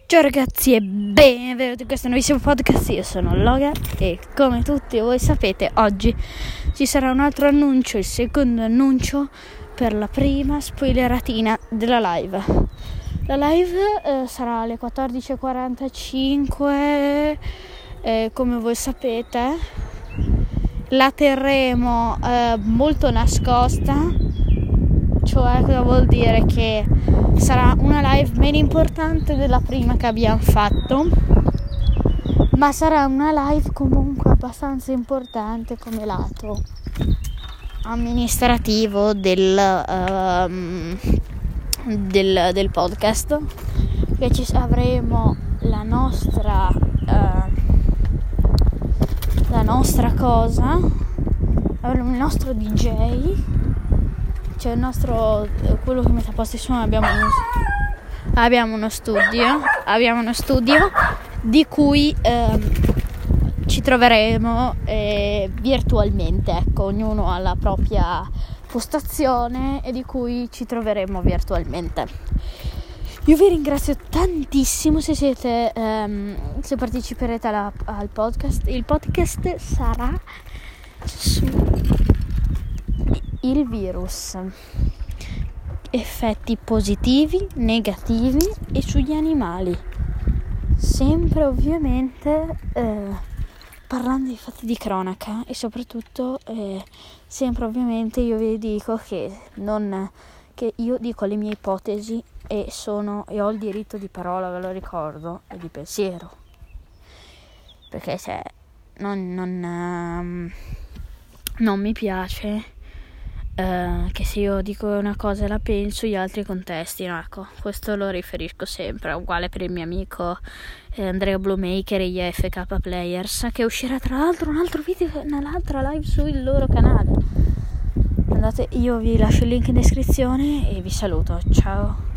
Ciao ragazzi e benvenuti in questo nuovissimo podcast. Io sono Logan e come tutti voi sapete oggi ci sarà un altro annuncio, il secondo annuncio per la prima spoileratina della live. La live sarà alle 14:45, come voi sapete la terremo molto nascosta, cioè cosa vuol dire? Che sarà una live meno importante della prima che abbiamo fatto, ma sarà una live comunque abbastanza importante come lato amministrativo del podcast, che avremo la nostra cosa, avremo il nostro DJ, cioè il nostro, quello che mette a posto i suoni. Abbiamo uno studio di cui ci troveremo virtualmente, ecco, ognuno ha la propria postazione e di cui ci troveremo virtualmente. Io vi ringrazio tantissimo se parteciperete al podcast. Il podcast sarà su il virus, effetti positivi, negativi e sugli animali, sempre ovviamente parlando di fatti di cronaca e soprattutto sempre ovviamente io vi dico che io dico le mie ipotesi e ho il diritto di parola, ve lo ricordo, e di pensiero, perché se non mi piace che se io dico una cosa e la penso gli altri contestino, ecco, questo lo riferisco sempre. Uguale per il mio amico Andrea Bluemaker e gli AFK Players, che uscirà tra l'altro un altro video, un'altra live sul loro canale. Io vi lascio il link in descrizione e vi saluto, ciao.